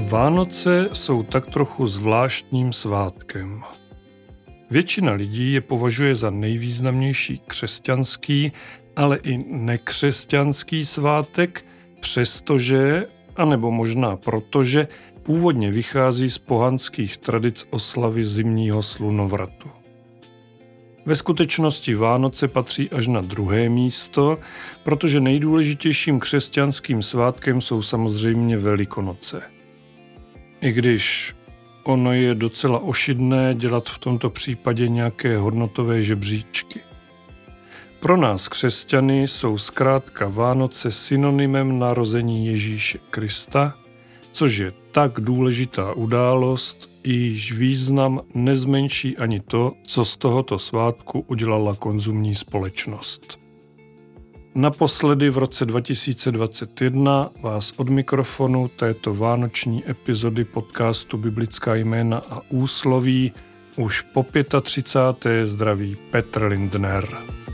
Vánoce jsou tak trochu zvláštním svátkem. Většina lidí je považuje za nejvýznamnější křesťanský, ale i nekřesťanský svátek, přestože, anebo možná protože, původně vychází z pohanských tradic oslavy zimního slunovratu. Ve skutečnosti Vánoce patří až na druhé místo, protože nejdůležitějším křesťanským svátkem jsou samozřejmě Velikonoce. I když ono je docela ošidné dělat v tomto případě nějaké hodnotové žebříčky. Pro nás křesťany jsou zkrátka Vánoce synonymem narození Ježíše Krista, což je tak důležitá událost, jejíž význam nezmenší ani to, co z tohoto svátku udělala konzumní společnost. Naposledy v roce 2021 vás od mikrofonu této vánoční epizody podcastu Biblická jména a úsloví už po 35. zdraví Petr Lindner.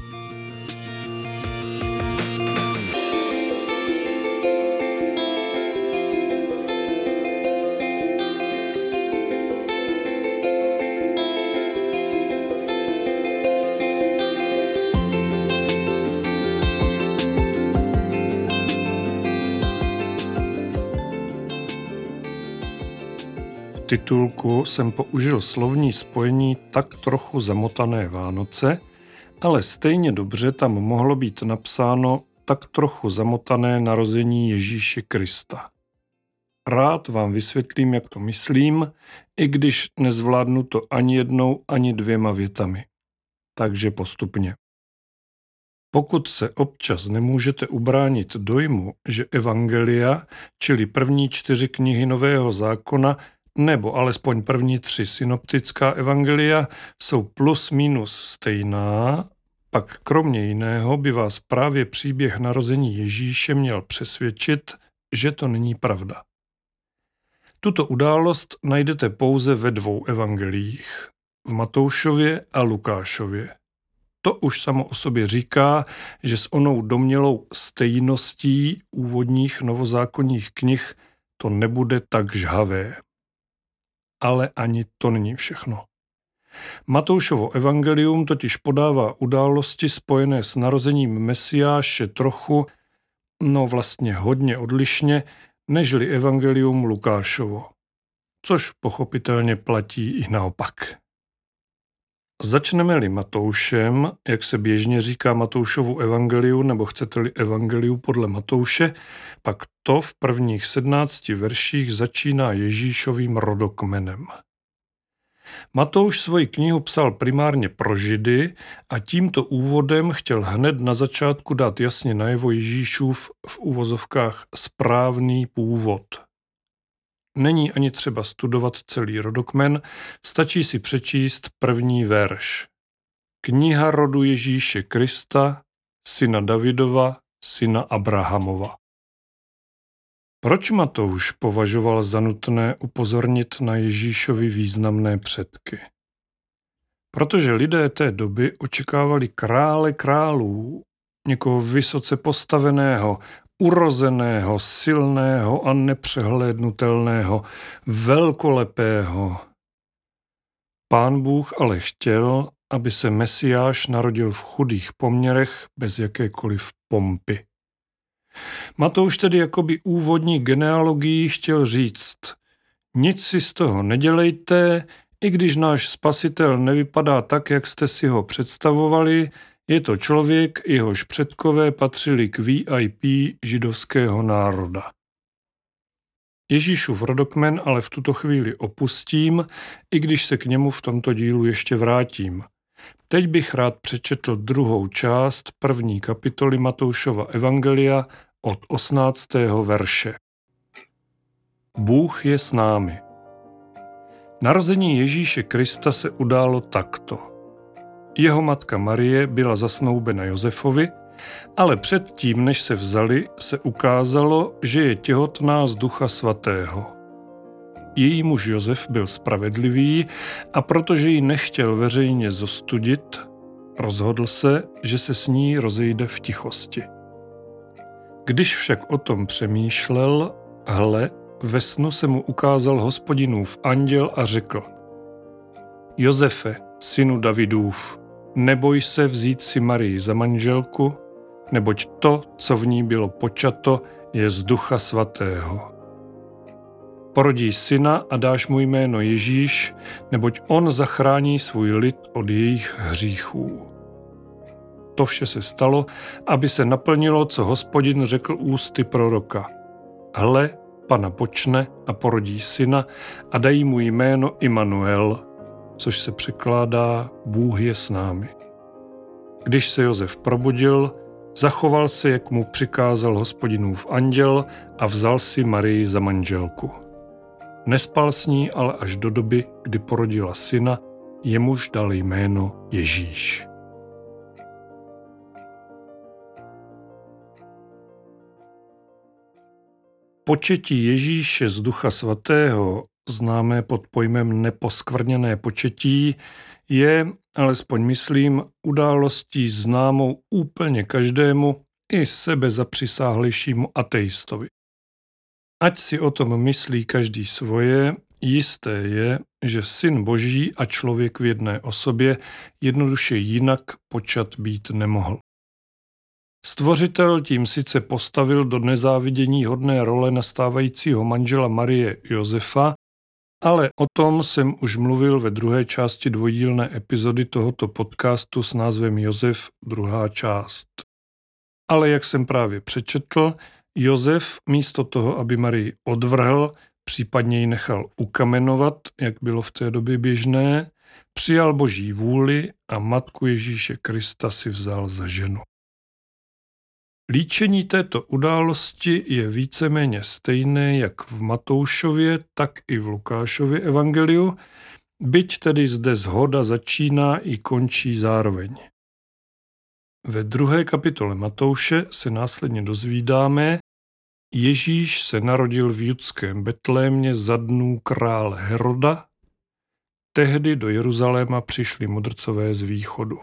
V titulku jsem použil slovní spojení tak trochu zamotané Vánoce, ale stejně dobře tam mohlo být napsáno tak trochu zamotané narození Ježíše Krista. Rád vám vysvětlím, jak to myslím, i když nezvládnu to ani jednou, ani dvěma větami. Takže postupně. Pokud se občas nemůžete ubránit dojmu, že evangelia, čili první 4 knihy Nového zákona, nebo alespoň první 3 synoptická evangelia jsou plus minus stejná, pak kromě jiného by vás právě příběh narození Ježíše měl přesvědčit, že to není pravda. Tuto událost najdete pouze ve 2 evangeliích, v Matoušově a Lukášově. To už samo o sobě říká, že s onou domnělou stejností úvodních novozákonních knih to nebude tak žhavé. Ale ani to není všechno. Matoušovo evangelium totiž podává události spojené s narozením Mesiáše trochu, vlastně hodně odlišně, nežli evangelium Lukášovo. Což pochopitelně platí i naopak. Začneme-li Matoušem, jak se běžně říká Matoušovu evangeliu, nebo chcete-li evangeliu podle Matouše, pak to v prvních 17 verších začíná Ježíšovým rodokmenem. Matouš svoji knihu psal primárně pro Židy a tímto úvodem chtěl hned na začátku dát jasně najevo Ježíšův v uvozovkách správný původ. Není ani třeba studovat celý rodokmen, stačí si přečíst první verš. Kniha rodu Ježíše Krista, syna Davidova, syna Abrahamova. Proč Matouš považoval za nutné upozornit na Ježíšovi významné předky? Protože lidé té doby očekávali krále králů, někoho vysoce postaveného, urozeného, silného a nepřehlédnutelného, velkolepého. Pán Bůh ale chtěl, aby se Mesiáš narodil v chudých poměrech bez jakékoliv pompy. Matouš tedy jakoby úvodní genealogii chtěl říct: nic si z toho nedělejte, i když náš spasitel nevypadá tak, jak jste si ho představovali, je to člověk, jehož předkové patřili k VIP židovského národa. Ježíšův rodokmen ale v tuto chvíli opustím, i když se k němu v tomto dílu ještě vrátím. Teď bych rád přečetl 2. část 1. kapitoly Matoušova evangelia od 18. verše. Bůh je s námi. Narození Ježíše Krista se událo takto. Jeho matka Marie byla zasnoubena Josefovi, ale předtím, než se vzali, se ukázalo, že je těhotná z Ducha Svatého. Její muž Josef byl spravedlivý a protože ji nechtěl veřejně zostudit, rozhodl se, že se s ní rozejde v tichosti. Když však o tom přemýšlel, hle, ve snu se mu ukázal Hospodinův anděl a řekl: Josefe, synu Davidův, neboj se vzít si Marii za manželku, neboť to, co v ní bylo počato, je z Ducha Svatého. Porodí syna a dáš mu jméno Ježíš, neboť on zachrání svůj lid od jejich hříchů. To vše se stalo, aby se naplnilo, co Hospodin řekl ústy proroka. Hle, Pana počne a porodí syna a dají mu jméno Immanuel, což se překládá Bůh je s námi. Když se Josef probudil, zachoval se, jak mu přikázal Hospodinův anděl a vzal si Marii za manželku. Nespal s ní ale až do doby, kdy porodila syna, jemuž dal jméno Ježíš. Početí Ježíše z Ducha Svatého, známé pod pojmem neposkvrněné početí, je, alespoň myslím, událostí známou úplně každému, i sebezapřisáhlejšímu ateistovi. Ať si o tom myslí každý svoje, jisté je, že Syn Boží a člověk v jedné osobě jednoduše jinak počat být nemohl. Stvořitel tím sice postavil do nezávidění hodné role nastávajícího manžela Marie Josefa, ale o tom jsem už mluvil ve druhé části dvoudílné epizody tohoto podcastu s názvem Josef, druhá část. Ale jak jsem právě přečetl, Josef místo toho, aby Marii odvrhl, případně ji nechal ukamenovat, jak bylo v té době běžné, přijal Boží vůli a matku Ježíše Krista si vzal za ženu. Líčení této události je víceméně stejné jak v Matoušově, tak i v Lukášově evangeliu, byť tedy zde shoda začíná i končí zároveň. Ve 2. kapitole Matouše se následně dozvídáme, Ježíš se narodil v judském Betlémě za dnů krále Heroda, tehdy do Jeruzaléma přišli mudrcové z východu.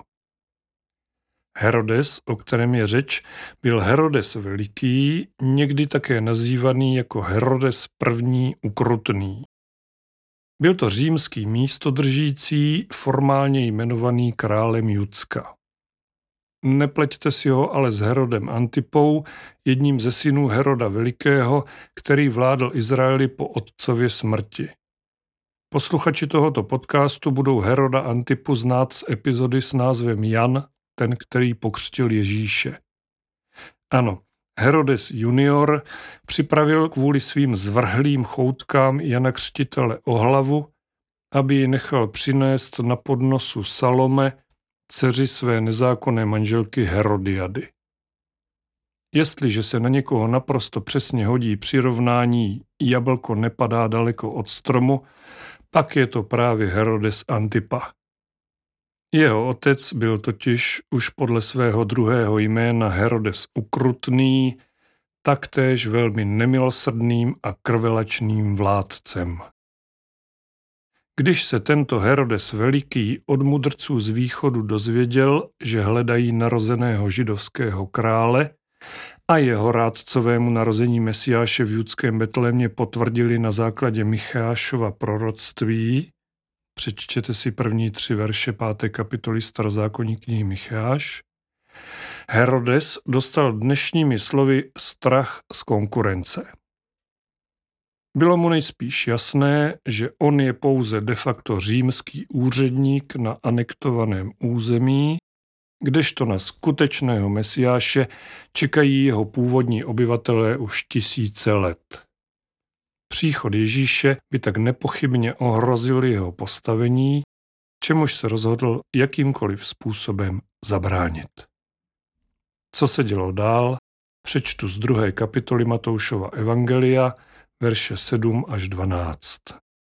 Herodes, o kterém je řeč, byl Herodes Veliký, někdy také nazývaný jako Herodes I. Ukrutný. Byl to římský místodržící, formálně jmenovaný králem Judska. Nepleťte si ho ale s Herodem Antipou, jedním ze synů Heroda Velikého, který vládl Izraeli po otcově smrti. Posluchači tohoto podcastu budou Heroda Antipu znát z epizody s názvem Jan, ten, který pokřtil Ježíše. Ano, Herodes junior připravil kvůli svým zvrhlým choutkám Jana Křtitele o hlavu, aby ji nechal přinést na podnosu Salome, dceři své nezákonné manželky Herodiady. Jestliže se na někoho naprosto přesně hodí přirovnání jablko nepadá daleko od stromu, pak je to právě Herodes Antipa. Jeho otec byl totiž už podle svého druhého jména Herodes Ukrutný, taktéž velmi nemilosrdným a krvelačným vládcem. Když se tento Herodes Veliký od mudrců z východu dozvěděl, že hledají narozeného židovského krále a jeho rádcovému narození Mesiáše v judském Betlémě potvrdili na základě Michášova proroctví, přečtěte si první 3 verše 5. kapitoly starozákonní knihy Micháš, Herodes dostal dnešními slovy strach z konkurence. Bylo mu nejspíš jasné, že on je pouze de facto římský úředník na anektovaném území, kdežto na skutečného Mesiáše čekají jeho původní obyvatelé už tisíce let. Příchod Ježíše by tak nepochybně ohrozil jeho postavení, čemuž se rozhodl jakýmkoliv způsobem zabránit. Co se dělo dál, přečtu z 2. kapitoly Matoušova evangelia, verše 7 až 12.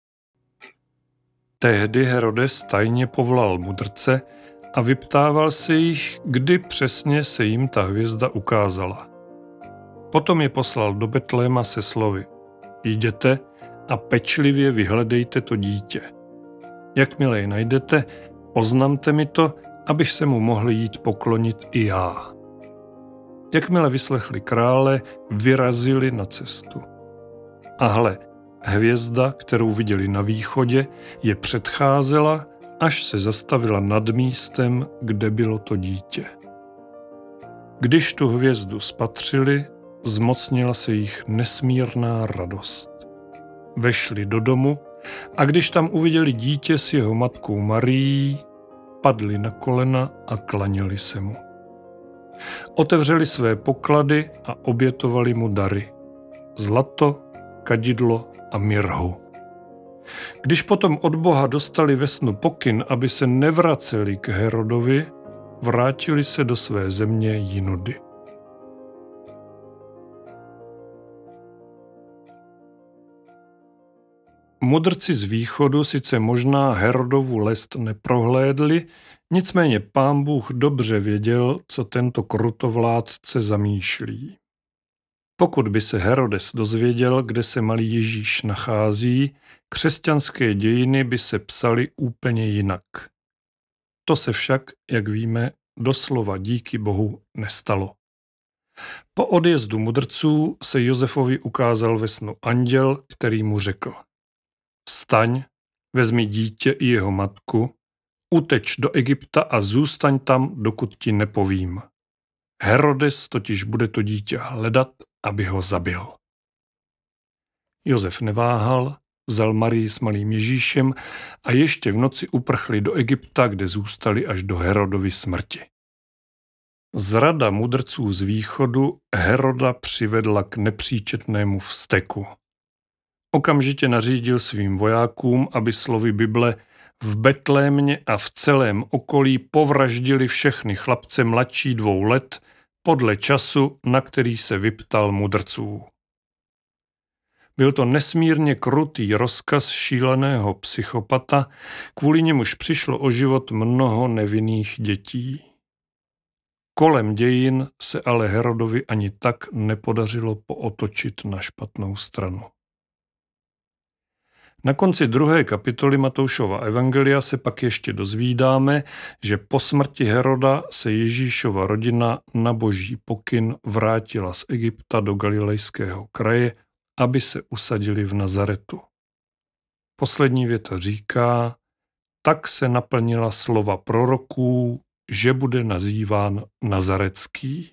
Tehdy Herodes tajně povolal mudrce a vyptával se jich, kdy přesně se jim ta hvězda ukázala. Potom je poslal do Betléma se slovy: Jděte a pečlivě vyhledejte to dítě. Jakmile je najdete, oznamte mi to, abych se mu mohl jít poklonit i já. Jakmile vyslechli krále, vyrazili na cestu. A hle, hvězda, kterou viděli na východě, je předcházela, až se zastavila nad místem, kde bylo to dítě. Když tu hvězdu spatřili, zmocnila se jich nesmírná radost. Vešli do domu a když tam uviděli dítě s jeho matkou Marií, padli na kolena a klaněli se mu. Otevřeli své poklady a obětovali mu dary. Zlato, kadidlo a mirhu. Když potom od Boha dostali ve snu pokyn, aby se nevraceli k Herodovi, vrátili se do své země jinudy. Mudrci z východu sice možná Herodovu lest neprohlédli, nicméně Pán Bůh dobře věděl, co tento krutovládce zamýšlí. Pokud by se Herodes dozvěděl, kde se malý Ježíš nachází, křesťanské dějiny by se psaly úplně jinak. To se však, jak víme, doslova díky Bohu nestalo. Po odjezdu mudrců se Josefovi ukázal ve snu anděl, který mu řekl: Vstaň, vezmi dítě i jeho matku, uteč do Egypta a zůstaň tam, dokud ti nepovím. Herodes totiž bude to dítě hledat, aby ho zabil. Josef neváhal, vzal Marii s malým Ježíšem a ještě v noci uprchli do Egypta, kde zůstali až do Herodovy smrti. Zrada mudrců z východu Heroda přivedla k nepříčetnému vzteku. Okamžitě nařídil svým vojákům, aby slovy Bible v Betlémě a v celém okolí povraždili všechny chlapce mladší 2 let podle času, na který se vyptal mudrců. Byl to nesmírně krutý rozkaz šíleného psychopata, kvůli němuž přišlo o život mnoho nevinných dětí. Kolem dějin se ale Herodovi ani tak nepodařilo pootočit na špatnou stranu. Na konci 2. kapitoly Matoušova evangelia se pak ještě dozvídáme, že po smrti Heroda se Ježíšova rodina na boží pokyn vrátila z Egypta do Galilejského kraje, aby se usadili v Nazaretu. Poslední věta říká: tak se naplnila slova proroků, že bude nazýván Nazaretský.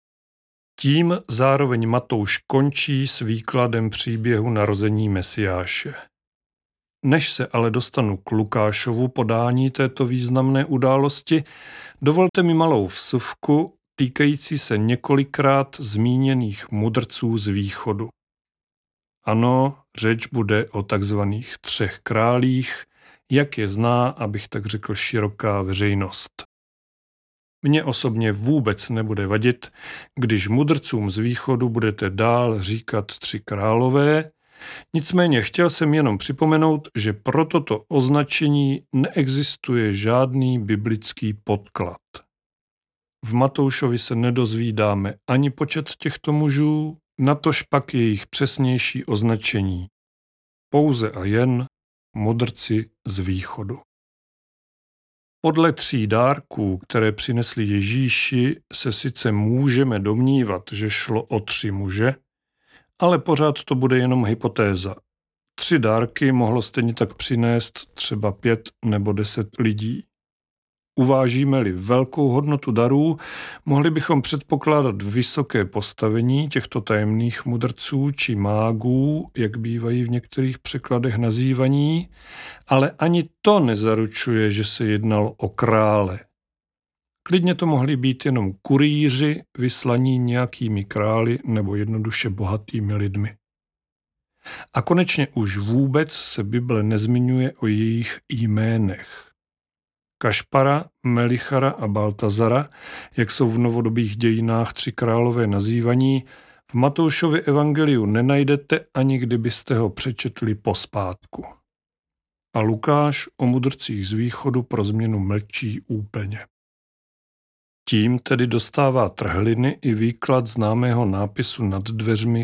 Tím zároveň Matouš končí s výkladem příběhu narození Mesiáše. Než se ale dostanu k Lukášovu podání této významné události, dovolte mi malou vsuvku týkající se několikrát zmíněných mudrců z východu. Ano, řeč bude o takzvaných 3 králích, jak je zná, abych tak řekl, široká veřejnost. Mně osobně vůbec nebude vadit, když mudrcům z východu budete dál říkat 3 králové, nicméně chtěl jsem jenom připomenout, že pro toto označení neexistuje žádný biblický podklad. V Matoušovi se nedozvídáme ani počet těchto mužů, natož pak jejich přesnější označení. Pouze a jen mudrci z východu. Podle 3 dárků, které přinesli Ježíši, se sice můžeme domnívat, že šlo o 3 muže, ale pořád to bude jenom hypotéza. 3 dárky mohlo stejně tak přinést třeba 5 nebo 10 lidí. Uvážíme-li velkou hodnotu darů, mohli bychom předpokládat vysoké postavení těchto tajemných mudrců či mágů, jak bývají v některých překladech nazývaní, ale ani to nezaručuje, že se jednalo o krále. Klidně to mohli být jenom kurýři vyslaní nějakými králi nebo jednoduše bohatými lidmi. A konečně už vůbec se Bible nezmiňuje o jejich jménech. Kašpara, Melichara a Baltazara, jak jsou v novodobých dějinách 3 králové nazývaní, v Matoušově evangeliu nenajdete, ani kdybyste ho přečetli pospátku. A Lukáš o mudrcích z východu pro změnu mlčí úplně. Tím tedy dostává trhliny i výklad známého nápisu nad dveřmi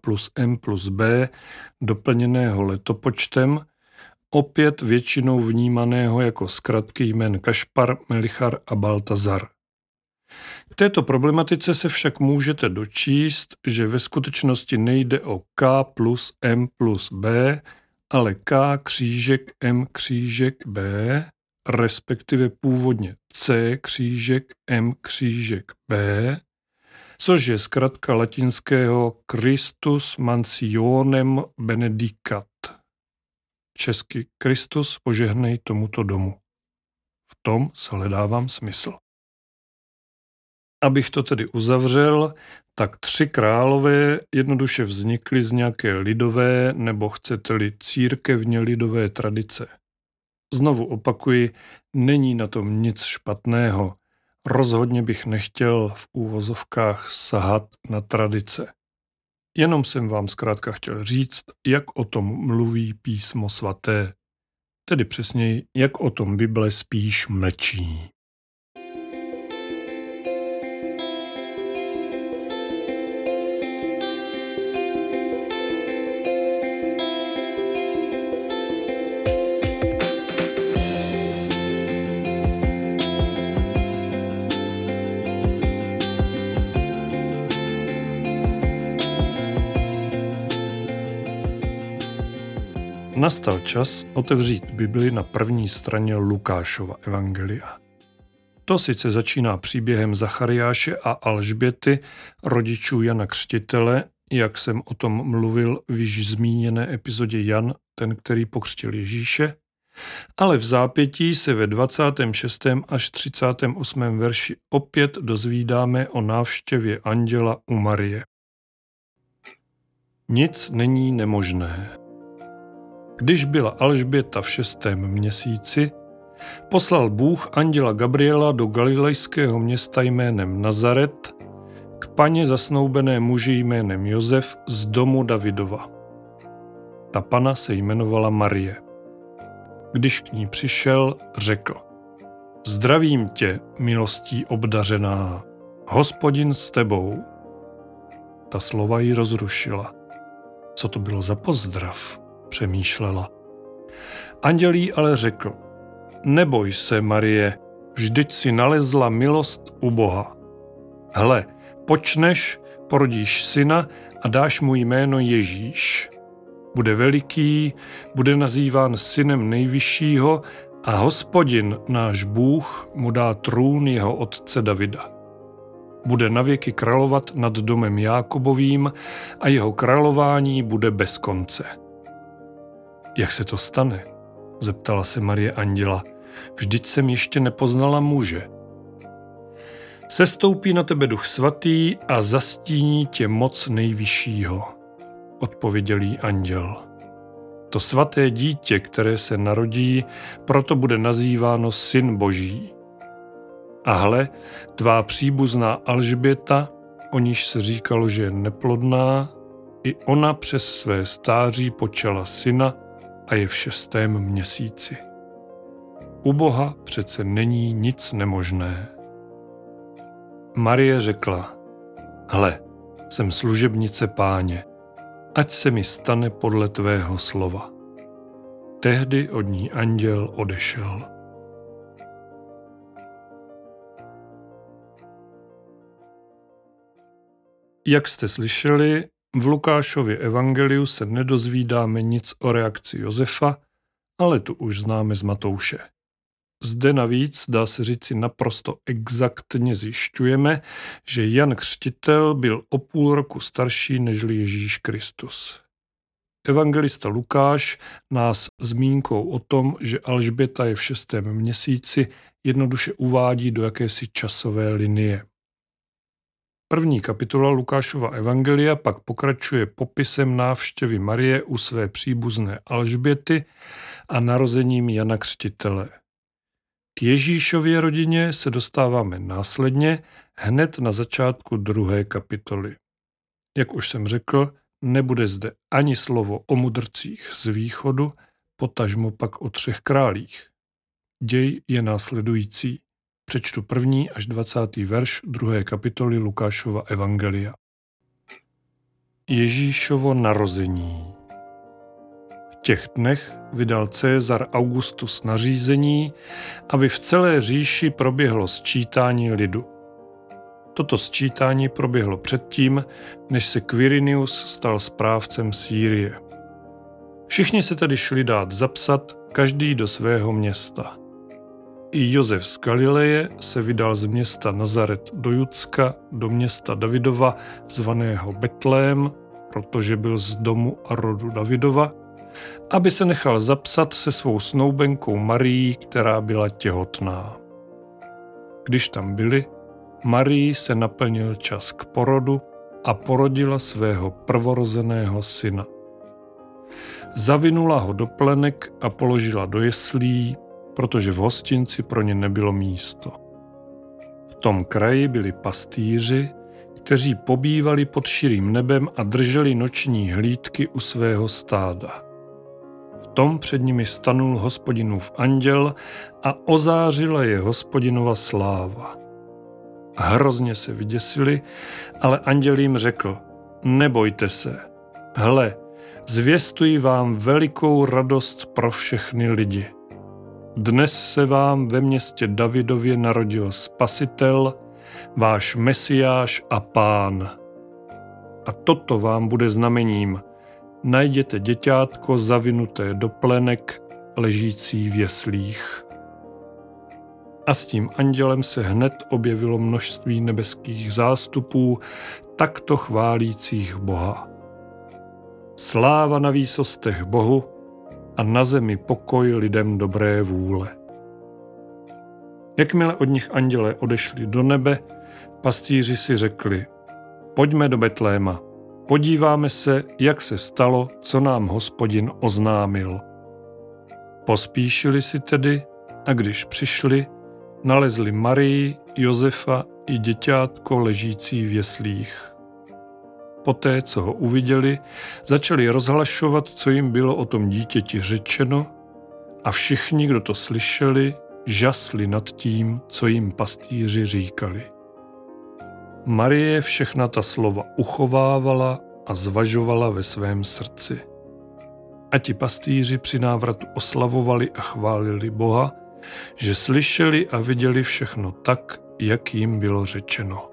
K+M+B, doplněného letopočtem, opět většinou vnímaného jako zkratky jmén Kašpar, Melichar a Baltazar. K této problematice se však můžete dočíst, že ve skutečnosti nejde o K plus M plus B, ale K křížek M křížek B, respektive původně C křížek M křížek B, což je zkratka latinského Christus mansionem benedicat. Česky Kristus požehnej tomuto domu. V tom shledávám smysl. Abych to tedy uzavřel, tak 3 králové jednoduše vznikly z nějaké lidové nebo chcete-li církevně lidové tradice. Znovu opakuji, není na tom nic špatného. Rozhodně bych nechtěl v úvozovkách sahat na tradice. Jenom jsem vám zkrátka chtěl říct, jak o tom mluví Písmo svaté. Tedy přesněji, jak o tom Bible spíš mlčí. Nastal čas otevřít Bibli na první straně Lukášova evangelia. To sice začíná příběhem Zachariáše a Alžběty, rodičů Jana Křtitele, jak jsem o tom mluvil v již zmíněné epizodě Jan, ten, který pokřtil Ježíše, ale v zápětí se ve 26. až 38. verši opět dozvídáme o návštěvě anděla u Marie. Nic není nemožné. Když byla Alžběta v 6. měsíci, poslal Bůh anděla Gabriela do galilejského města jménem Nazaret k paně zasnoubené muži jménem Josef z domu Davidova. Ta pana se jmenovala Marie. Když k ní přišel, řekl: Zdravím tě, milostí obdařená, Hospodin s tebou. Ta slova ji rozrušila. Co to bylo za pozdrav? Přemýšlela. Anděl jí ale řekl: Neboj se, Marie, vždyť si nalezla milost u Boha. Hle, počneš, porodíš syna a dáš mu jméno Ježíš. Bude veliký, bude nazýván synem nejvyššího a Hospodin, náš Bůh, mu dá trůn jeho otce Davida. Bude navěky královat nad domem Jákobovým a jeho králování bude bez konce. Jak se to stane? Zeptala se Marie anděla. Vždyť jsem ještě nepoznala muže. Sestoupí na tebe Duch svatý a zastíní tě moc nejvyššího, odpověděl jí anděl. To svaté dítě, které se narodí, proto bude nazýváno Syn Boží. A hle, tvá příbuzná Alžběta, o níž se říkalo, že je neplodná, i ona přes své stáří počala syna a je v 6. měsíci. U Boha přece není nic nemožné. Marie řekla: Hle, jsem služebnice Páně, ať se mi stane podle tvého slova. Tehdy od ní anděl odešel. Jak jste slyšeli, v Lukášově evangeliu se nedozvídáme nic o reakci Josefa, ale tu už známe z Matouše. Zde navíc, dá se říci naprosto exaktně zjišťujeme, že Jan Křtitel byl o půl roku starší než Ježíš Kristus. Evangelista Lukáš nás zmínkou o tom, že Alžběta je v 6. měsíci, jednoduše uvádí do jakési časové linie. První kapitola Lukášova evangelia pak pokračuje popisem návštěvy Marie u své příbuzné Alžběty a narozením Jana Křtitele. K Ježíšově rodině se dostáváme následně hned na začátku 2. kapitoly. Jak už jsem řekl, nebude zde ani slovo o mudrcích z východu, potažmo pak o 3 králích. Děj je následující. Přečtu 1. až 20. verš 2. kapitoly Lukášova evangelia. Ježíšovo narození. V těch dnech vydal César Augustus nařízení, aby v celé říši proběhlo sčítání lidu. Toto sčítání proběhlo předtím, než se Quirinius stal správcem Sýrie. Všichni se tedy šli dát zapsat, každý do svého města. I Josef z Galileje se vydal z města Nazaret do Judska, do města Davidova, zvaného Betlém, protože byl z domu a rodu Davidova, aby se nechal zapsat se svou snoubenkou Marií, která byla těhotná. Když tam byli, Marii se naplnil čas k porodu a porodila svého prvorozeného syna. Zavinula ho do plenek a položila do jeslí, protože v hostinci pro ně nebylo místo. V tom kraji byli pastýři, kteří pobývali pod širým nebem a drželi noční hlídky u svého stáda. V tom před nimi stanul Hospodinův anděl a ozářila je Hospodinova sláva. Hrozně se vyděsili, ale anděl jim řekl: nebojte se, hle, zvěstuji vám velikou radost pro všechny lidi. Dnes se vám ve městě Davidově narodil Spasitel, váš Mesiáš a Pán. A toto vám bude znamením. Najděte děťátko zavinuté do plenek, ležící v jeslích. A s tím andělem se hned objevilo množství nebeských zástupů, takto chválících Boha. Sláva na výsostech Bohu a na zemi pokoj lidem dobré vůle. Jakmile od nich andělé odešli do nebe, pastýři si řekli: pojďme do Betléma, podíváme se, jak se stalo, co nám Hospodin oznámil. Pospíšili si tedy a když přišli, nalezli Marii, Josefa i děťátko ležící v jeslích. Poté, co ho uviděli, začali rozhlašovat, co jim bylo o tom dítěti řečeno, a všichni, kdo to slyšeli, žasli nad tím, co jim pastýři říkali. Marie všechna ta slova uchovávala a zvažovala ve svém srdci. A ti pastýři při návratu oslavovali a chválili Boha, že slyšeli a viděli všechno tak, jak jim bylo řečeno.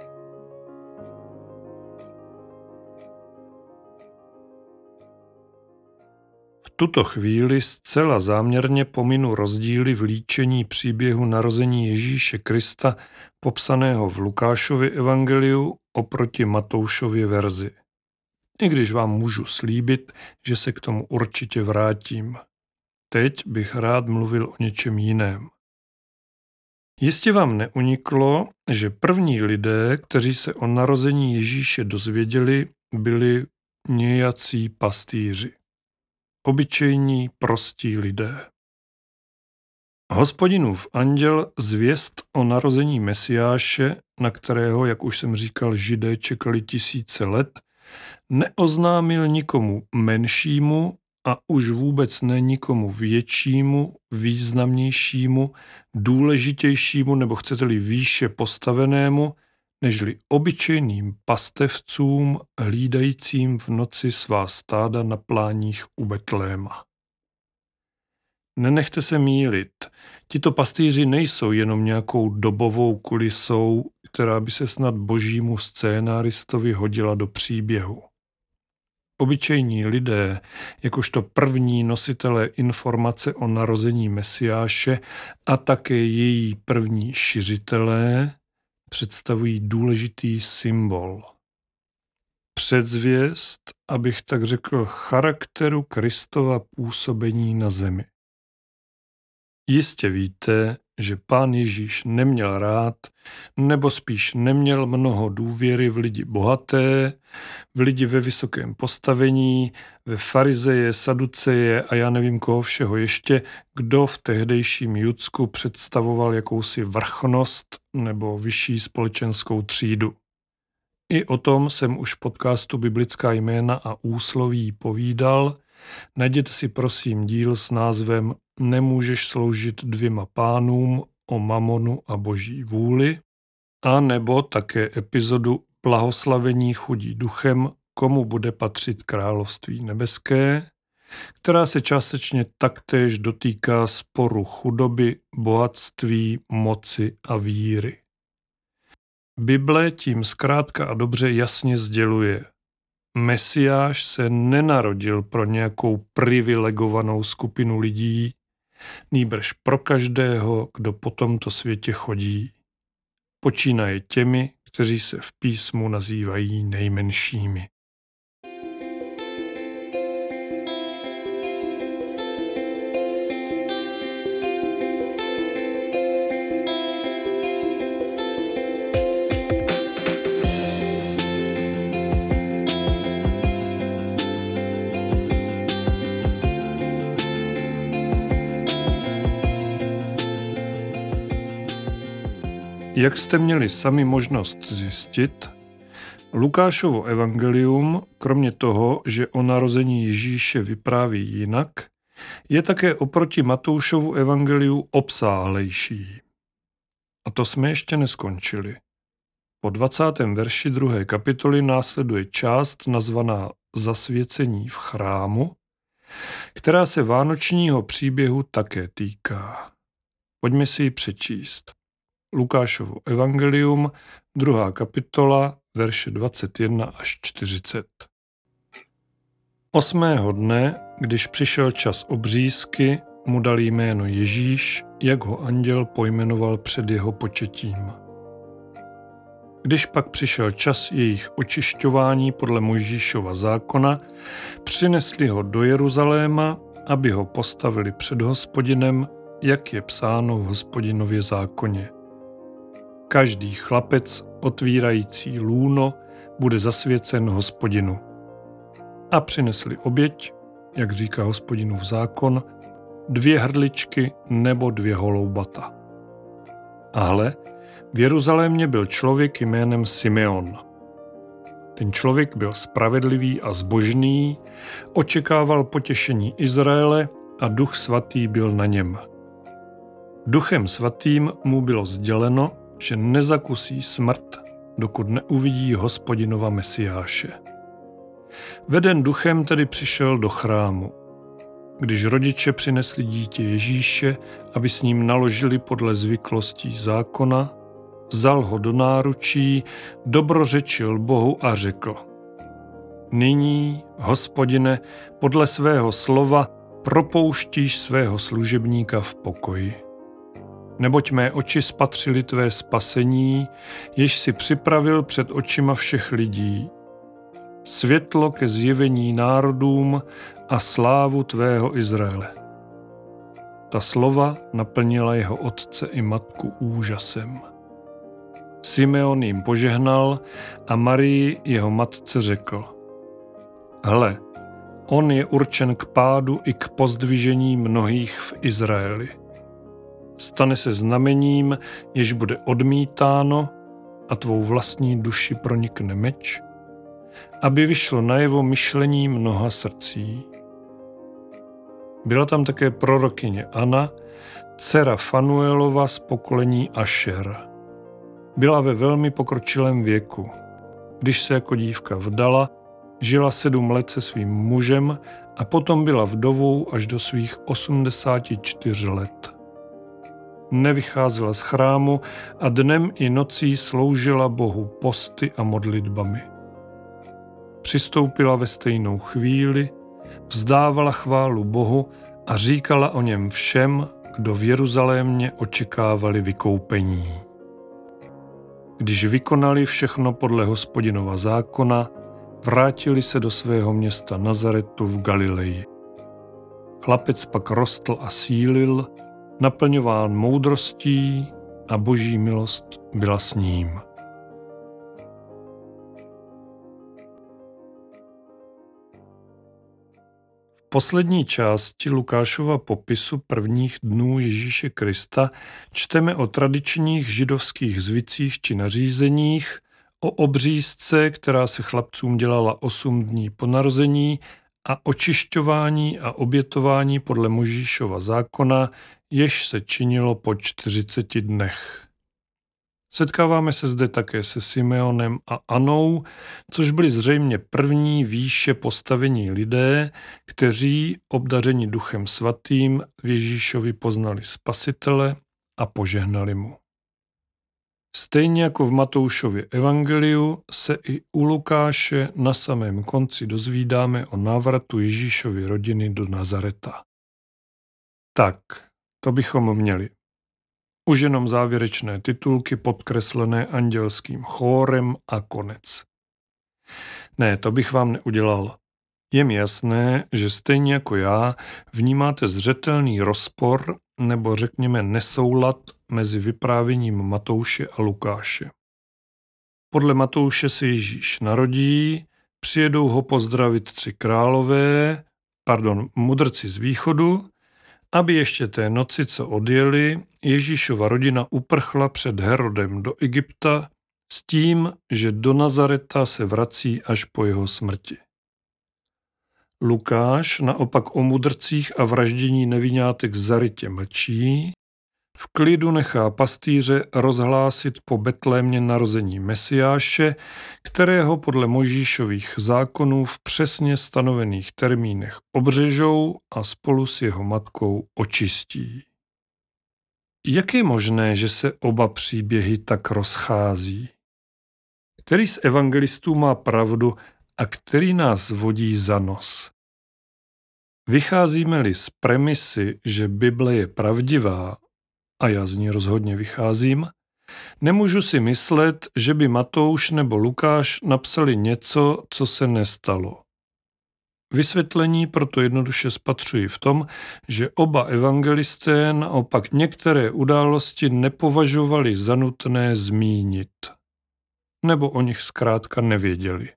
V tuto chvíli zcela záměrně pominu rozdíly v líčení příběhu narození Ježíše Krista popsaného v Lukášově evangeliu oproti Matoušově verzi. I když vám můžu slíbit, že se k tomu určitě vrátím. Teď bych rád mluvil o něčem jiném. Jistě vám neuniklo, že první lidé, kteří se o narození Ježíše dozvěděli, byli nějací pastýři. Obyčejní, prostí lidé. Hospodinův anděl zvěst o narození Mesiáše, na kterého, jak už jsem říkal, Židé čekali 1000 let, neoznámil nikomu menšímu a už vůbec ne nikomu většímu, významnějšímu, důležitějšímu nebo chcete-li výše postavenému, nežli obyčejným pastevcům hlídajícím v noci svá stáda na pláních u Betléma. Nenechte se mýlit, tito pastýři nejsou jenom nějakou dobovou kulisou, která by se snad božímu scénáristovi hodila do příběhu. Obyčejní lidé, jakožto první nositelé informace o narození Mesiáše a také její první šiřitelé, představují důležitý symbol. Předzvěst, abych tak řekl, charakteru Kristova působení na zemi. Jistě víte, že Pán Ježíš neměl rád, nebo spíš neměl mnoho důvěry v lidi bohaté, v lidi ve vysokém postavení, ve farizeje, saduceje a já nevím koho všeho ještě, kdo v tehdejším Judsku představoval jakousi vrchnost nebo vyšší společenskou třídu. I o tom jsem už v podcastu Biblická jména a úsloví povídal. Najděte si prosím díl s názvem Nemůžeš sloužit dvěma pánům, o mamonu a boží vůli, a nebo také epizodu Blahoslavení chudí duchem, komu bude patřit království nebeské, která se částečně taktéž dotýká sporu chudoby, bohatství, moci a víry. Bible tím zkrátka a dobře jasně sděluje. Mesiáš se nenarodil pro nějakou privilegovanou skupinu lidí, nýbrž pro každého, kdo po tomto světě chodí. Počínaje těmi, kteří se v písmu nazývají nejmenšími. Jak jste měli sami možnost zjistit, Lukášovo evangelium, kromě toho, že o narození Ježíše vypráví jinak, je také oproti Matoušovu evangeliu obsáhlejší. A to jsme ještě neskončili. Po 20. verši 2. kapitoly následuje část nazvaná Zasvěcení v chrámu, která se vánočního příběhu také týká. Pojďme si ji přečíst. Lukášovo evangelium, 2. kapitola, verše 21 až 40. 8. dne, když přišel čas obřízky, mu dal jméno Ježíš, jak ho anděl pojmenoval před jeho početím. Když pak přišel čas jejich očišťování podle Mojžíšova zákona, přinesli ho do Jeruzaléma, aby ho postavili před Hospodinem, jak je psáno v Hospodinově zákoně. Každý chlapec otvírající lůno bude zasvěcen Hospodinu. A přinesli oběť, jak říká Hospodinův zákon, 2 hrdličky nebo 2 holoubata. A hle, v Jeruzalémě byl člověk jménem Simeon. Ten člověk byl spravedlivý a zbožný, očekával potěšení Izraele a Duch svatý byl na něm. Duchem svatým mu bylo sděleno, že nezakusí smrt, dokud neuvidí Hospodinova Mesiáše. Veden duchem tedy přišel do chrámu. Když rodiče přinesli dítě Ježíše, aby s ním naložili podle zvyklostí zákona, vzal ho do náručí, dobrořečil Bohu a řekl: Nyní, Hospodine, podle svého slova propouštíš svého služebníka v pokoji. Neboť mé oči spatřily tvé spasení, jež si připravil před očima všech lidí. Světlo ke zjevení národům a slávu tvého Izraele. Ta slova naplnila jeho otce i matku úžasem. Simeon jim požehnal a Marii jeho matce řekl: Hle, on je určen k pádu i k pozdvižení mnohých v Izraeli. Stane se znamením, jež bude odmítáno a tvou vlastní duši pronikne meč, aby vyšlo najevo myšlení mnoha srdcí. Byla tam také prorokyně Anna, dcera Fanuelova z pokolení Ašer. Byla ve velmi pokročilém věku. Když se jako dívka vdala, žila 7 let se svým mužem a potom byla vdovou až do svých 84 let. Nevycházela z chrámu a dnem i nocí sloužila Bohu posty a modlitbami. Přistoupila ve stejnou chvíli, vzdávala chválu Bohu a říkala o něm všem, kdo v Jeruzalémě očekávali vykoupení. Když vykonali všechno podle Hospodinova zákona, vrátili se do svého města Nazaretu v Galileji. Chlapec pak rostl a sílil, naplňován moudrostí a boží milost byla s ním. V poslední části Lukášova popisu prvních dnů Ježíše Krista čteme o tradičních židovských zvycích či nařízeních, o obřízce, která se chlapcům dělala 8 dní po narození, a očišťování a obětování podle Mojžíšova zákona, jež se činilo po 40 dnech. Setkáváme se zde také se Simeonem a Anou, což byli zřejmě první výše postavení lidé, kteří, obdařeni Duchem svatým, v Ježíšovi poznali Spasitele a požehnali mu. Stejně jako v Matoušově evangeliu se i u Lukáše na samém konci dozvídáme o návratu Ježíšovy rodiny do Nazareta. Tak, to bychom měli. Už jenom závěrečné titulky podkreslené andělským chórem a konec. Ne, to bych vám neudělal. Je mi jasné, že stejně jako já vnímáte zřetelný rozpor nebo řekněme nesoulad mezi vyprávěním Matouše a Lukáše. Podle Matouše se Ježíš narodí, přijedou ho pozdravit 3 mudrci z východu, aby ještě té noci, co odjeli, Ježíšova rodina uprchla před Herodem do Egypta s tím, že do Nazareta se vrací až po jeho smrti. Lukáš naopak o mudrcích a vraždění neviňátek zarytě mlčí, v klidu nechá pastýře rozhlásit po Betlémě narození Mesiáše, kterého podle Mojžíšových zákonů v přesně stanovených termínech obřežou a spolu s jeho matkou očistí. Jak je možné, že se oba příběhy tak rozchází? Který z evangelistů má pravdu a který nás vodí za nos? Vycházíme-li z premisy, že Bible je pravdivá, a já z ní rozhodně vycházím, nemůžu si myslet, že by Matouš nebo Lukáš napsali něco, co se nestalo. Vysvětlení proto jednoduše spatřuji v tom, že oba evangelisté naopak některé události nepovažovali za nutné zmínit. Nebo o nich zkrátka nevěděli.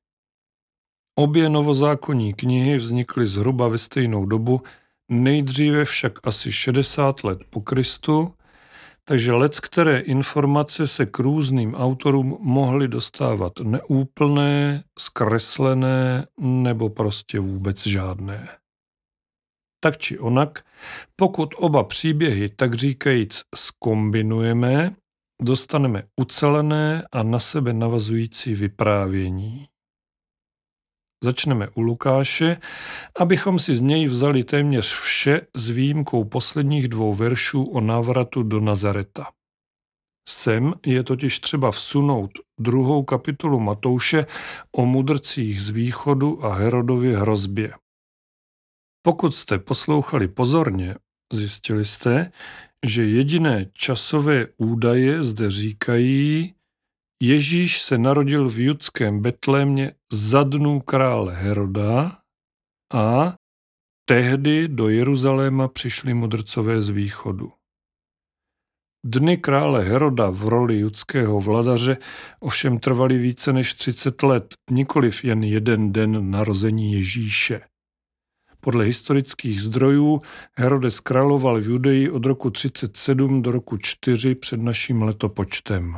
Obě novozákonní knihy vznikly zhruba ve stejnou dobu, nejdříve však asi 60 let po Kristu, takže leckteré informace se k různým autorům mohly dostávat neúplné, zkreslené nebo prostě vůbec žádné. Tak či onak, pokud oba příběhy tak říkajíc zkombinujeme, dostaneme ucelené a na sebe navazující vyprávění. Začneme u Lukáše, abychom si z něj vzali téměř vše s výjimkou posledních 2 veršů o návratu do Nazareta. Sem je totiž třeba vsunout 2. kapitolu Matouše o mudrcích z východu a Herodově hrozbě. Pokud jste poslouchali pozorně, zjistili jste, že jediné časové údaje zde říkají: Ježíš se narodil v judském Betlémě za dnů krále Heroda a tehdy do Jeruzaléma přišli mudrcové z východu. Dny krále Heroda v roli judského vladaře ovšem trvaly více než 30 let, nikoliv jen 1 den narození Ježíše. Podle historických zdrojů Herodes královal v Judeji od roku 37 do roku 4 před naším letopočtem.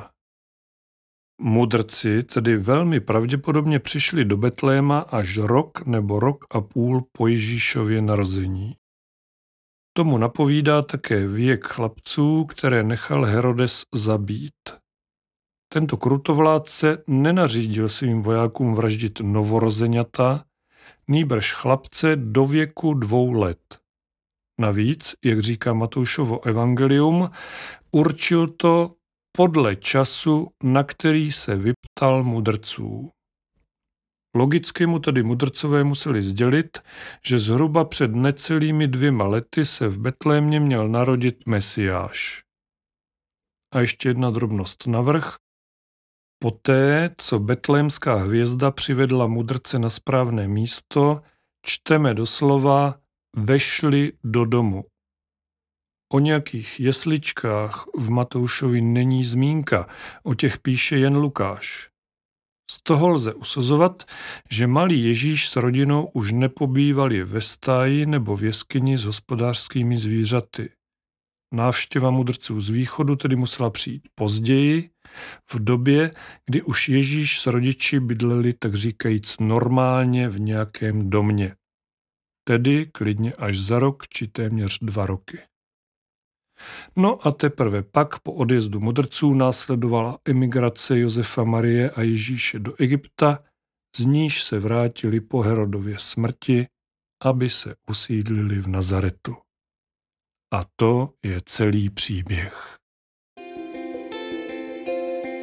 Mudrci tedy velmi pravděpodobně přišli do Betléma až rok nebo rok a půl po Ježíšově narození. Tomu napovídá také věk chlapců, které nechal Herodes zabít. Tento krutovládce nenařídil svým vojákům vraždit novorozeňata, nýbrž chlapce do věku 2 let. Navíc, jak říká Matoušovo evangelium, určil to podle času, na který se vyptal mudrců. Logicky mu tedy mudrcové museli sdělit, že zhruba před necelými 2 lety se v Betlémě měl narodit Mesiáš. A ještě jedna drobnost navrch. Poté, co betlémská hvězda přivedla mudrce na správné místo, čteme doslova vešli do domu. O nějakých jesličkách v Matoušovi není zmínka, o těch píše jen Lukáš. Z toho lze usuzovat, že malý Ježíš s rodinou už nepobývali ve stáji nebo v jeskyni s hospodářskými zvířaty. Návštěva mudrců z východu tedy musela přijít později, v době, kdy už Ježíš s rodiči bydleli tak říkajíc normálně v nějakém domě. Tedy klidně až za rok či téměř 2 roky. No a teprve pak po odjezdu mudrců následovala emigrace Josefa, Marie a Ježíše do Egypta, z níž se vrátili po Herodově smrti, aby se usídlili v Nazaretu. A to je celý příběh.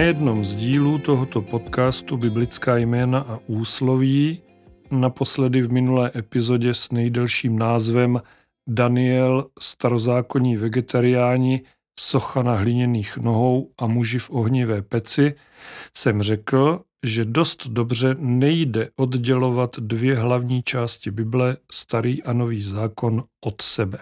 nejednom z dílů tohoto podcastu Biblická jména a úsloví, naposledy v minulé epizodě s nejdelším názvem Daniel, starozákonní vegetariáni, socha na hliněných nohou a muži v ohnivé peci, jsem řekl, že dost dobře nejde oddělovat dvě hlavní části Bible, Starý a Nový zákon, od sebe.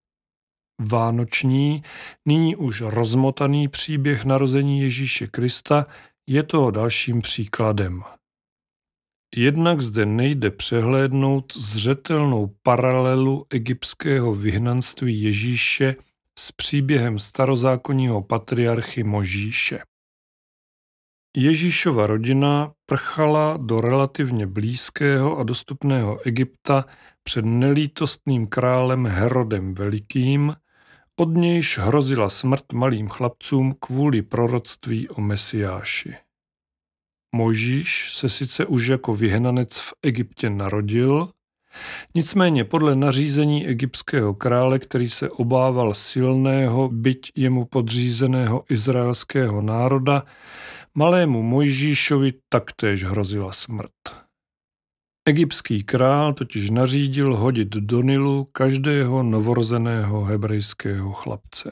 Vánoční, nyní už rozmotaný příběh narození Ježíše Krista je toho dalším příkladem. Jednak zde nejde přehlédnout zřetelnou paralelu egyptského vyhnanství Ježíše s příběhem starozákonního patriarchy Možíše. Ježíšova rodina prchala do relativně blízkého a dostupného Egypta před nelítostným králem Herodem Velikým, od nějž hrozila smrt malým chlapcům kvůli proroctví o Mesiáši. Mojžíš se sice už jako vyhnanec v Egyptě narodil, nicméně podle nařízení egyptského krále, který se obával silného, byť jemu podřízeného izraelského národa, malému Mojžíšovi taktéž hrozila smrt. Egyptský král totiž nařídil hodit do Nilu každého novorozeného hebrejského chlapce.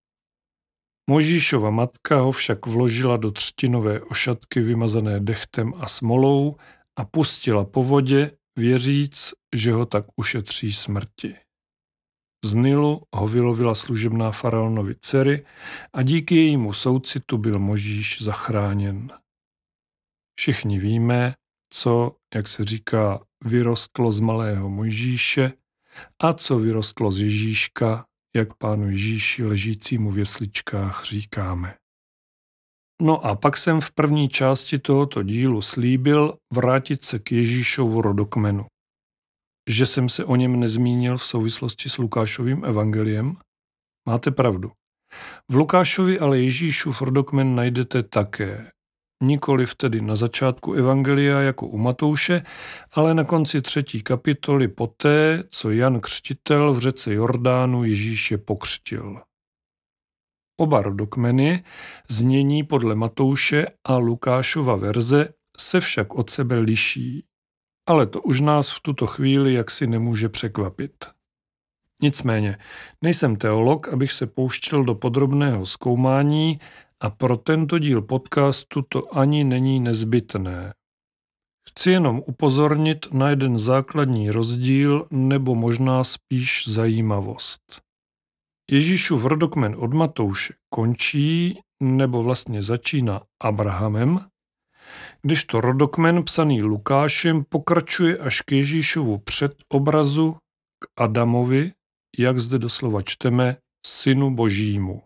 Mojžíšova matka ho však vložila do třtinové ošatky vymazané dechtem a smolou a pustila po vodě, věříc, že ho tak ušetří smrti. Z Nilu ho vylovila služebná faraonovi dcery a díky jejímu soucitu byl Mojžíš zachráněn. Všichni víme, co, jak se říká, vyrostlo z malého Mojžíše a co vyrostlo z Ježíška, jak pánu Ježíši ležícímu v jesličkách říkáme. No a pak jsem v první části tohoto dílu slíbil vrátit se k Ježíšovu rodokmenu. Že jsem se o něm nezmínil v souvislosti s Lukášovým evangeliem? Máte pravdu. V Lukášovi ale Ježíšův rodokmen najdete také. Nikoliv tedy na začátku evangelia jako u Matouše, ale na konci 3. kapitoly poté, co Jan Křtitel v řece Jordánu Ježíše pokřtil. Oba rodokmeny, znění podle Matouše a Lukášova verze, se však od sebe liší. Ale to už nás v tuto chvíli jaksi nemůže překvapit. Nicméně, nejsem teolog, abych se pouštěl do podrobného zkoumání a pro tento díl podcastu to ani není nezbytné. Chci jenom upozornit na jeden základní rozdíl nebo možná spíš zajímavost. Ježíšův rodokmen od Matouše končí nebo vlastně začíná Abrahamem, kdežto rodokmen psaný Lukášem pokračuje až k Ježíšovu předobrazu k Adamovi, jak zde doslova čteme, synu božímu.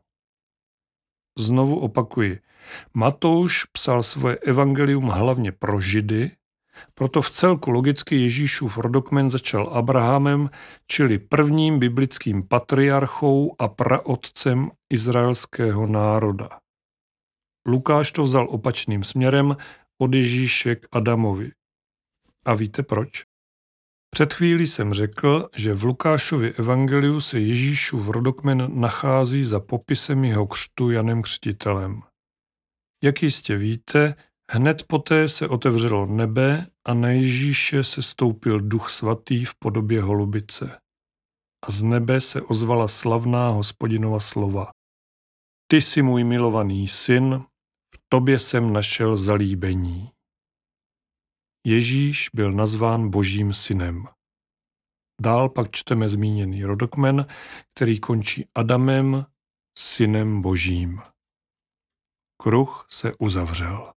Znovu opakuji, Matouš psal svoje evangelium hlavně pro Židy, proto v celku logicky Ježíšův rodokmen začal Abrahamem, čili prvním biblickým patriarchou a praotcem izraelského národa. Lukáš to vzal opačným směrem od Ježíše k Adamovi. A víte proč? Před chvílí jsem řekl, že v Lukášově evangeliu se Ježíšův rodokmen nachází za popisem jeho křtu Janem Křtitelem. Jak jistě víte, hned poté se otevřelo nebe a na Ježíše se stoupil Duch Svatý v podobě holubice. A z nebe se ozvala slavná Hospodinova slova. Ty jsi můj milovaný syn, v tobě jsem našel zalíbení. Ježíš byl nazván Božím synem. Dál pak čteme zmíněný rodokmen, který končí Adamem, synem Božím. Kruh se uzavřel.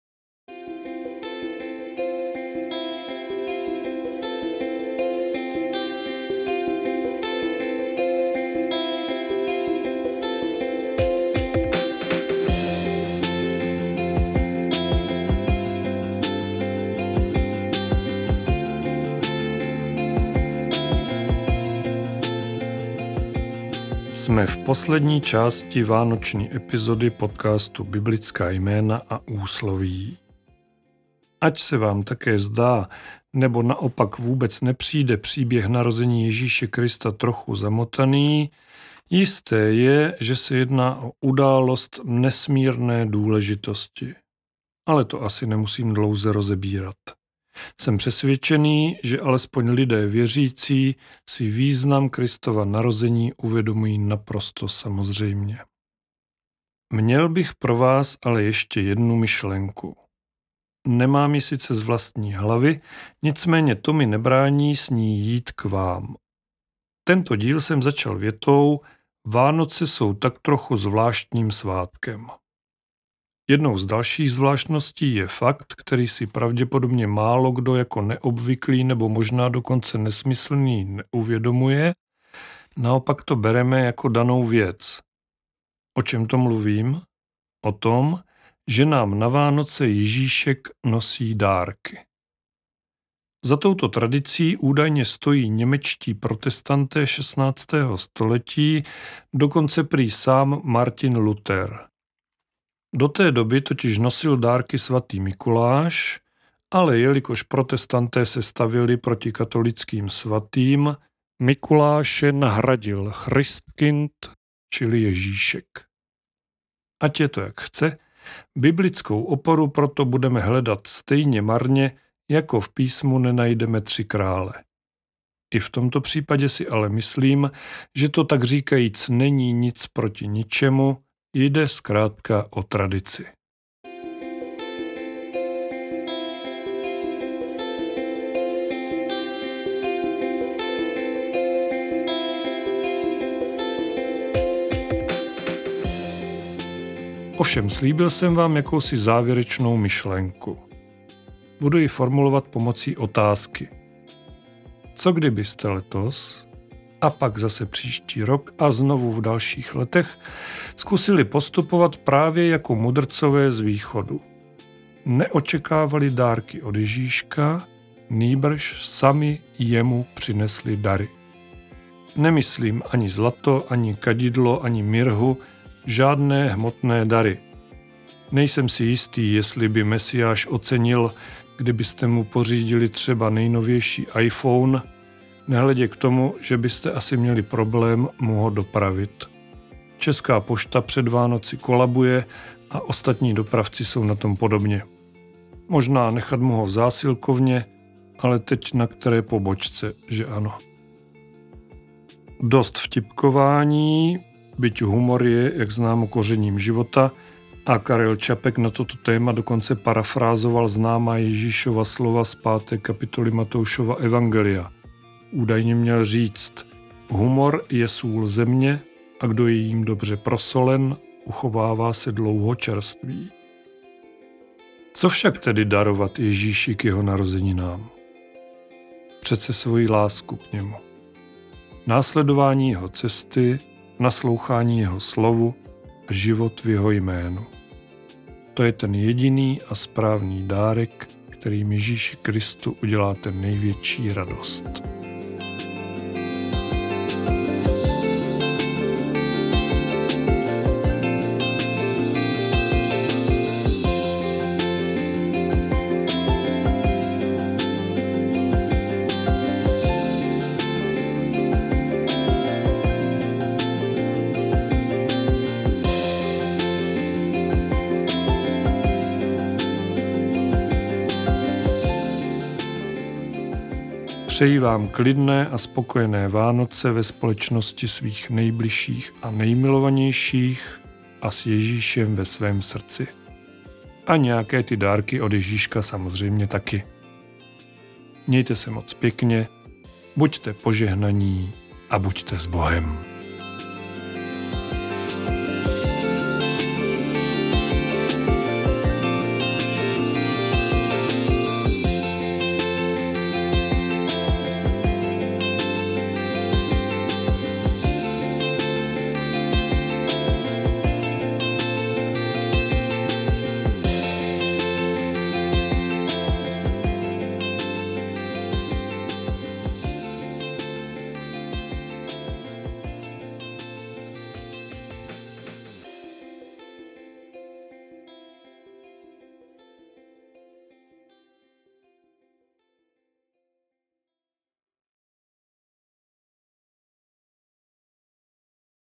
Jsme v poslední části vánoční epizody podcastu Biblická jména a úsloví. Ať se vám také zdá, nebo naopak vůbec nepřijde příběh narození Ježíše Krista trochu zamotaný, jisté je, že se jedná o událost nesmírné důležitosti. Ale to asi nemusím dlouze rozebírat. Jsem přesvědčený, že alespoň lidé věřící si význam Kristova narození uvědomují naprosto samozřejmě. Měl bych pro vás ale ještě jednu myšlenku. Nemám ji sice z vlastní hlavy, nicméně to mi nebrání s ní jít k vám. Tento díl jsem začal větou: Vánoce jsou tak trochu zvláštním svátkem. Jednou z dalších zvláštností je fakt, který si pravděpodobně málo kdo jako neobvyklý nebo možná dokonce nesmyslný neuvědomuje, naopak to bereme jako danou věc. O čem to mluvím? O tom, že nám na Vánoce Ježíšek nosí dárky. Za touto tradicí údajně stojí němečtí protestanté 16. století, dokonce prý sám Martin Luther. Do té doby totiž nosil dárky svatý Mikuláš, ale jelikož protestanté se stavěli proti katolickým svatým, Mikuláše nahradil Christkind, čili Ježíšek. Ať je to jak chce, biblickou oporu proto budeme hledat stejně marně, jako v písmu nenajdeme 3 krále. I v tomto případě si ale myslím, že to tak říkajíc není nic proti ničemu, jde zkrátka o tradici. Ovšem slíbil jsem vám jakousi závěrečnou myšlenku. Budu ji formulovat pomocí otázky. Co kdybyste letos, a pak zase příští rok a znovu v dalších letech zkusili postupovat právě jako mudrcové z východu? Neočekávali dárky od Ježíška, nýbrž sami jemu přinesli dary. Nemyslím ani zlato, ani kadidlo, ani mirhu, žádné hmotné dary. Nejsem si jistý, jestli by Mesiáš ocenil, kdybyste mu pořídili třeba nejnovější iPhone, nehledě k tomu, že byste asi měli problém mu ho dopravit. Česká pošta před Vánoci kolabuje a ostatní dopravci jsou na tom podobně. Možná nechat mu ho v zásilkovně, ale teď na které pobočce, že ano. Dost vtipkování, byť humor je, jak známo, kořením života, a Karel Čapek na toto téma dokonce parafrázoval známá Ježíšova slova z 5. kapitoly Matoušova evangelia. Údajně měl říct: humor je sůl země a kdo je jím dobře prosolen, uchovává se dlouho čerstvý. Co však tedy darovat Ježíši k jeho narozeninám? Přece svoji lásku k němu. Následování jeho cesty, naslouchání jeho slovu a život v jeho jménu. To je ten jediný a správný dárek, kterým Ježíši Kristu uděláte největší radost. Přeji vám klidné a spokojené Vánoce ve společnosti svých nejbližších a nejmilovanějších a s Ježíšem ve svém srdci. A nějaké ty dárky od Ježíška samozřejmě taky. Mějte se moc pěkně, buďte požehnaní a buďte s Bohem.